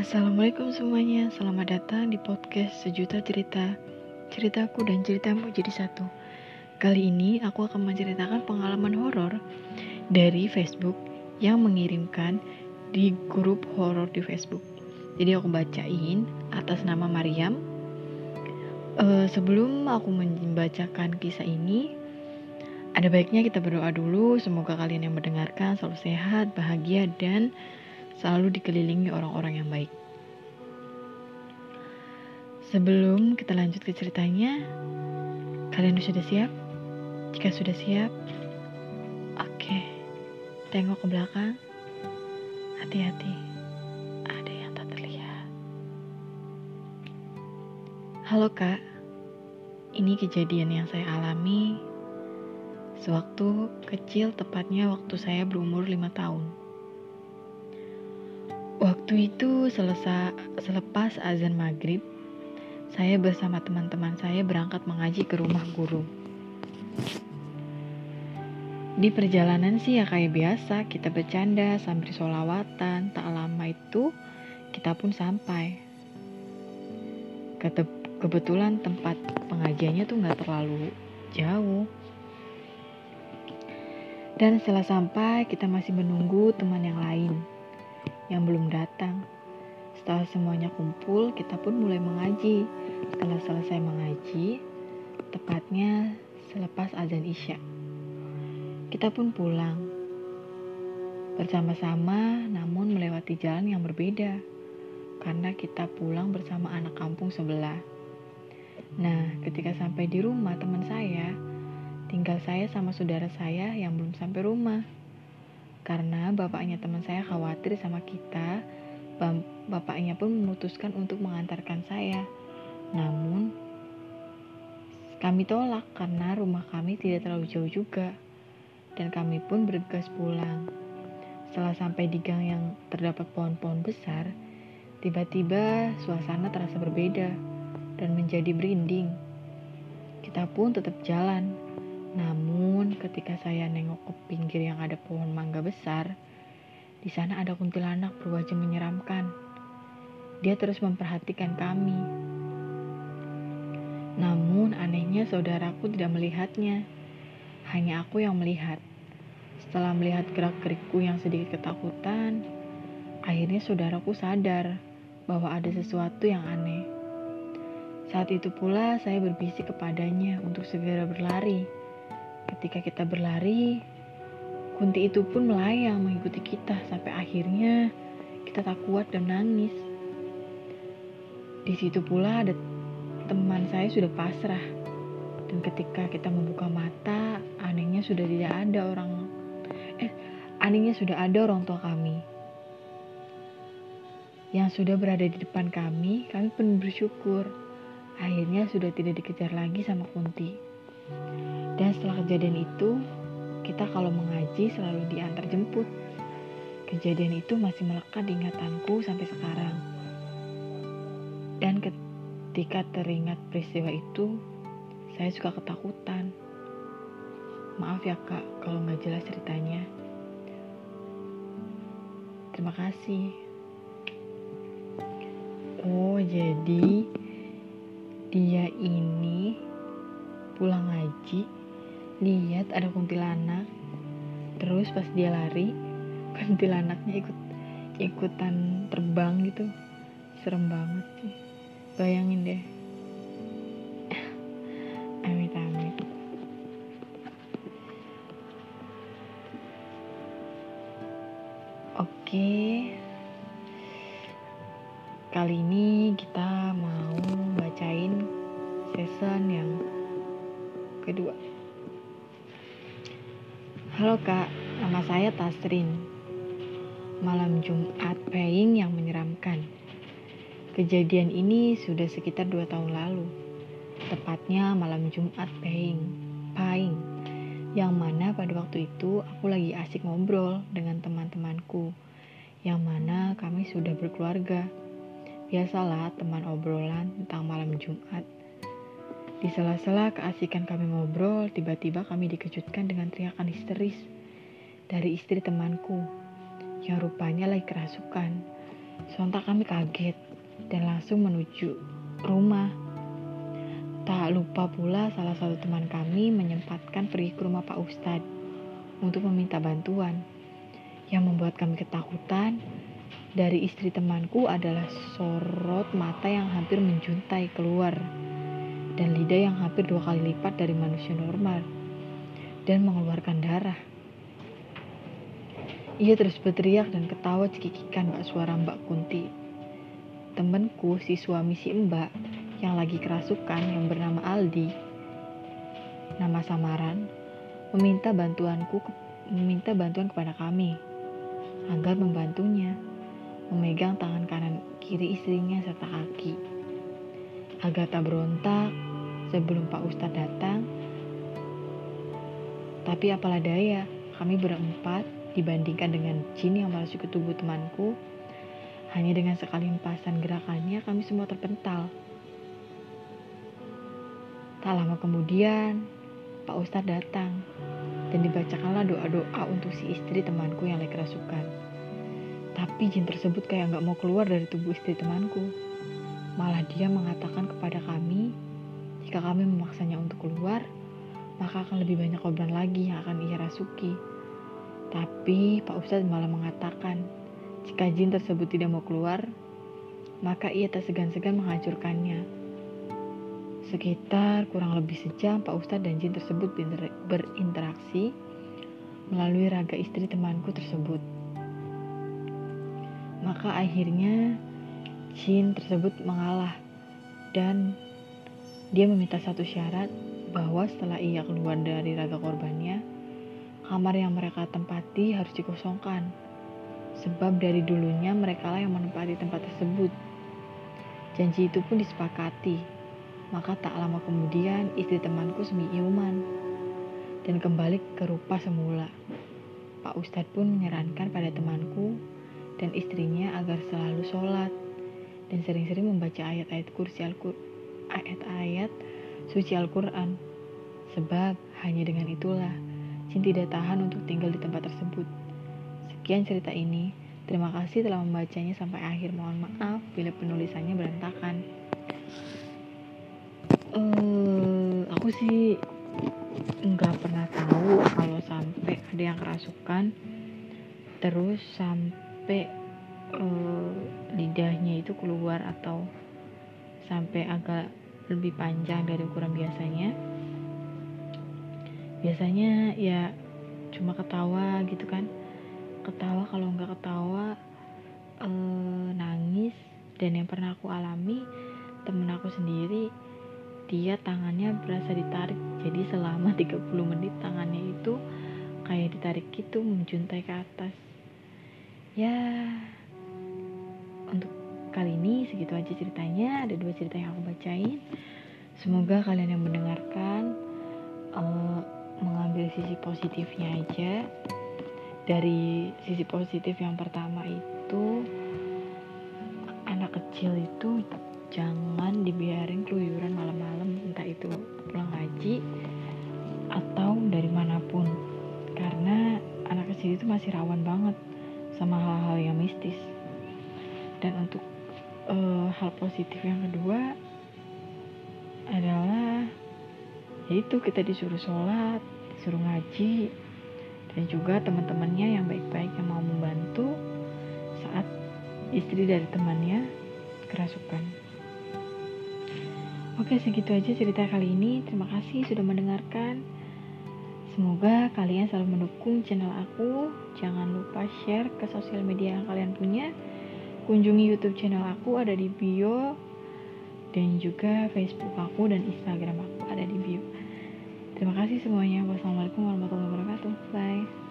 Assalamualaikum semuanya, selamat datang di podcast Sejuta Cerita. Ceritaku dan ceritamu jadi satu. Kali ini aku akan menceritakan pengalaman horor dari Facebook yang mengirimkan di grup horor di Facebook. Jadi aku bacain atas nama Mariam. Sebelum aku membacakan kisah ini, ada baiknya kita berdoa dulu. Semoga kalian yang mendengarkan selalu sehat, bahagia, dan selalu dikelilingi orang-orang yang baik. Sebelum kita lanjut ke ceritanya, kalian sudah siap? Jika sudah siap, oke. Tengok ke belakang. Hati-hati, ada yang tak terlihat. Halo kak, ini kejadian yang saya alami sewaktu kecil, tepatnya waktu saya berumur 5 tahun. Waktu itu selepas azan maghrib, saya bersama teman-teman saya berangkat mengaji ke rumah guru. Di perjalanan sih ya kayak biasa, kita bercanda sambil sholawatan. Tak lama itu kita pun sampai. Kebetulan tempat pengajiannya tuh gak terlalu jauh. Dan setelah sampai, kita masih menunggu teman yang lain yang belum datang. Setelah semuanya kumpul, kita pun mulai mengaji. Setelah selesai mengaji, tepatnya selepas azan Isya, kita pun pulang bersama-sama, namun melewati jalan yang berbeda karena kita pulang bersama anak kampung sebelah. Nah, ketika sampai di rumah teman saya, tinggal saya sama saudara saya yang belum sampai rumah. Karena bapaknya teman saya khawatir sama kita, bapaknya pun memutuskan untuk mengantarkan saya. Namun, kami tolak karena rumah kami tidak terlalu jauh juga. Dan kami pun bergegas pulang. Setelah sampai di gang yang terdapat pohon-pohon besar, tiba-tiba suasana terasa berbeda dan menjadi merinding. Kita pun tetap jalan. Namun ketika saya nengok ke pinggir yang ada pohon mangga besar, di sana ada kuntilanak berwajah menyeramkan. Dia terus memperhatikan kami. Namun anehnya saudaraku tidak melihatnya. Hanya aku yang melihat. Setelah melihat gerak-gerikku yang sedikit ketakutan, akhirnya saudaraku sadar bahwa ada sesuatu yang aneh. Saat itu pula saya berbisik kepadanya untuk segera berlari. Ketika kita berlari, kunti itu pun melayang mengikuti kita sampai akhirnya kita tak kuat dan nangis. Di situ pula ada teman saya sudah pasrah. Dan ketika kita membuka mata, anehnya sudah ada orang tua kami yang sudah berada di depan kami. Kami pun bersyukur. Akhirnya sudah tidak dikejar lagi sama kunti. Dan setelah kejadian itu, kita kalau mengaji selalu diantar jemput. Kejadian itu masih melekat di ingatanku sampai sekarang. Dan ketika teringat peristiwa itu, saya suka ketakutan. Maaf ya kak kalau gak jelas ceritanya. Terima kasih. Oh, jadi dia ini pulang ngaji, lihat ada kuntilanak. Terus pas dia lari, kuntilanaknya ikutan terbang gitu. Serem banget sih. Bayangin deh. Amit-amit. Oke. Kali ini kita mau bacain season yang kedua. Halo kak, nama saya Tasrin. Malam Jumat pahing yang menyeramkan. Kejadian ini sudah sekitar 2 tahun lalu. Tepatnya malam Jumat pahing, yang mana pada waktu itu aku lagi asik ngobrol dengan teman-temanku, yang mana kami sudah berkeluarga. Biasalah teman obrolan tentang malam Jumat. Di sela-sela keasikan kami ngobrol, tiba-tiba kami dikejutkan dengan teriakan histeris dari istri temanku yang rupanya lagi kerasukan. Sontak kami kaget dan langsung menuju rumah. Tak lupa pula salah satu teman kami menyempatkan pergi ke rumah Pak Ustadz untuk meminta bantuan. Yang membuat kami ketakutan dari istri temanku adalah sorot mata yang hampir menjuntai keluar dan lidah yang hampir 2 kali lipat dari manusia normal dan mengeluarkan darah. Ia terus berteriak dan ketawa cekikikan bak suara Mbak Kunti. Temanku, si suami si Mbak yang lagi kerasukan yang bernama Aldi, nama samaran, meminta bantuan kepada kami agar membantunya memegang tangan kanan kiri istrinya serta kaki. Agatha berontak sebelum Pak Ustadz datang, tapi apalah daya, kami berempat dibandingkan dengan jin yang masuk ke tubuh temanku. Hanya dengan sekali hempasan gerakannya kami semua terpental. Tak lama kemudian Pak Ustadz datang dan dibacakanlah doa-doa untuk si istri temanku yang lagi kerasukan. Tapi jin tersebut kayak gak mau keluar dari tubuh istri temanku. Malah dia mengatakan kepada kami, jika kami memaksanya untuk keluar, maka akan lebih banyak korban lagi yang akan ia rasuki. Tapi Pak Ustadz malah mengatakan, jika jin tersebut tidak mau keluar, maka ia tak segan-segan menghancurkannya. Sekitar kurang lebih sejam Pak Ustadz dan jin tersebut berinteraksi melalui raga istri temanku tersebut. Maka akhirnya jin tersebut mengalah dan dia meminta satu syarat bahwa setelah ia keluar dari raga korbannya, kamar yang mereka tempati harus dikosongkan. Sebab dari dulunya merekalah yang menempati tempat tersebut. Janji itu pun disepakati. Maka tak lama kemudian istri temanku semi-iuman dan kembali ke rupa semula. Pak Ustadz pun menyarankan pada temanku dan istrinya agar selalu sholat dan sering-sering membaca ayat-ayat suci Al-Quran. Sebab hanya dengan itulah jin tidak tahan untuk tinggal di tempat tersebut. Sekian cerita ini. Terima kasih telah membacanya sampai akhir. Mohon maaf bila penulisannya berantakan. Aku sih nggak pernah tahu kalau sampai ada yang kerasukan terus sampai lidahnya itu keluar atau sampai agak lebih panjang dari ukuran biasanya. Biasanya ya cuma ketawa gitu kan, ketawa, kalau nggak ketawa nangis. Dan yang pernah aku alami, temen aku sendiri, dia tangannya berasa ditarik, jadi selama 30 menit tangannya itu kayak ditarik gitu, menjuntai ke atas. Ya, untuk kali ini segitu aja ceritanya. Ada 2 cerita yang aku bacain. Semoga kalian yang mendengarkan mengambil sisi positifnya aja. Dari sisi positif yang pertama itu, anak kecil itu jangan dibiarin keluyuran malam-malam, entah itu pulang ngaji atau dari manapun, karena anak kecil itu masih rawan banget sama hal-hal yang mistis. Dan untuk hal positif yang kedua adalah yaitu kita disuruh sholat, disuruh ngaji, dan juga teman-temannya yang baik-baik yang mau membantu saat istri dari temannya kerasukan. Oke, segitu aja cerita kali ini. Terima kasih sudah mendengarkan. Semoga kalian selalu mendukung channel aku. Jangan lupa share ke sosial media yang kalian punya. Kunjungi YouTube channel aku, ada di bio. Dan juga Facebook aku dan Instagram aku ada di bio. Terima kasih semuanya. Wassalamualaikum warahmatullahi wabarakatuh. Bye.